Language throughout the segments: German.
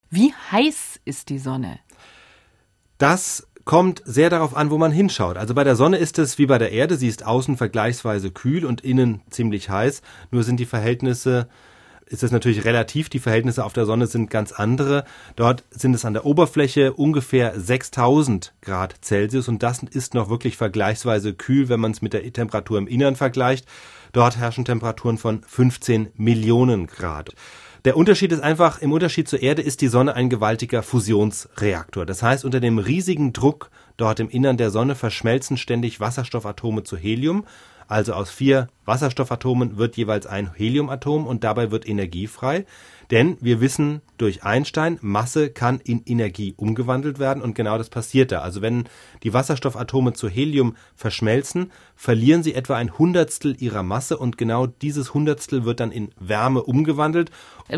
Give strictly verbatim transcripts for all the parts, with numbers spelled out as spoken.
Wie heiß ist die Sonne? Das kommt sehr darauf an, wo man hinschaut. Also bei der Sonne ist es wie bei der Erde, sie ist außen vergleichsweise kühl und innen ziemlich heiß. Nur sind die Verhältnisse, ist es natürlich relativ, die Verhältnisse auf der Sonne sind ganz andere. Dort sind es an der Oberfläche ungefähr sechstausend Grad Celsius und das ist noch wirklich vergleichsweise kühl, wenn man es mit der Temperatur im Innern vergleicht. Dort herrschen Temperaturen von fünfzehn Millionen Grad. Der Unterschied ist einfach, im Unterschied zur Erde ist die Sonne ein gewaltiger Fusionsreaktor. Das heißt, unter dem riesigen Druck dort im Innern der Sonne verschmelzen ständig Wasserstoffatome zu Helium. Also aus vier Wasserstoffatomen wird jeweils ein Heliumatom und dabei wird Energie frei. Denn wir wissen durch Einstein, Masse kann in Energie umgewandelt werden und genau das passiert da. Also wenn die Wasserstoffatome zu Helium verschmelzen, verlieren sie etwa ein Hundertstel ihrer Masse und genau dieses Hundertstel wird dann in Wärme umgewandelt.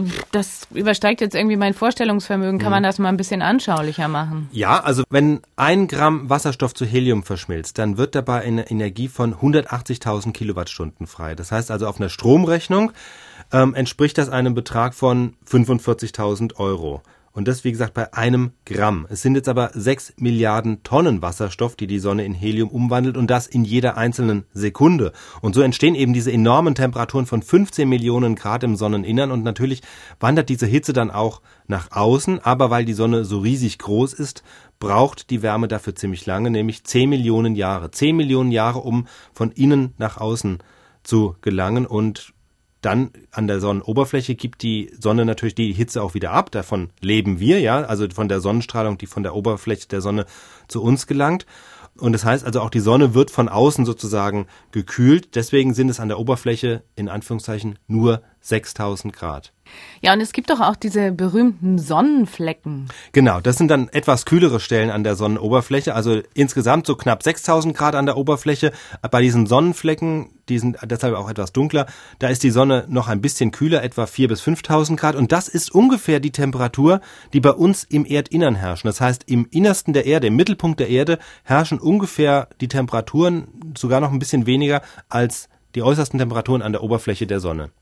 Das übersteigt jetzt irgendwie mein Vorstellungsvermögen. Kann man das mal ein bisschen anschaulicher machen? Ja, also wenn ein Gramm Wasserstoff zu Helium verschmilzt, dann wird dabei eine Energie von hundertachtzigtausend Kilowattstunden frei. Das heißt also auf einer Stromrechnung ähm, entspricht das einem Betrag von fünfundvierzigtausend Euro. Und das, wie gesagt, bei einem Gramm. Es sind jetzt aber sechs Milliarden Tonnen Wasserstoff, die die Sonne in Helium umwandelt und das in jeder einzelnen Sekunde. Und so entstehen eben diese enormen Temperaturen von fünfzehn Millionen Grad im Sonneninnern und natürlich wandert diese Hitze dann auch nach außen. Aber weil die Sonne so riesig groß ist, braucht die Wärme dafür ziemlich lange, nämlich zehn Millionen Jahre. zehn Millionen Jahre, um von innen nach außen zu gelangen und dann an der Sonnenoberfläche gibt die Sonne natürlich die Hitze auch wieder ab. Davon leben wir, ja, also von der Sonnenstrahlung, die von der Oberfläche der Sonne zu uns gelangt. Und das heißt also auch, die Sonne wird von außen sozusagen gekühlt. Deswegen sind es an der Oberfläche in Anführungszeichen nur sechstausend Grad. Ja, und es gibt doch auch diese berühmten Sonnenflecken. Genau, das sind dann etwas kühlere Stellen an der Sonnenoberfläche, also insgesamt so knapp sechstausend Grad an der Oberfläche. Bei diesen Sonnenflecken, die sind deshalb auch etwas dunkler, da ist die Sonne noch ein bisschen kühler, etwa viertausend bis fünftausend Grad. Und das ist ungefähr die Temperatur, die bei uns im Erdinnern herrschen. Das heißt, im Innersten der Erde, im Mittelpunkt der Erde, herrschen ungefähr die Temperaturen, sogar noch ein bisschen weniger als die äußersten Temperaturen an der Oberfläche der Sonne.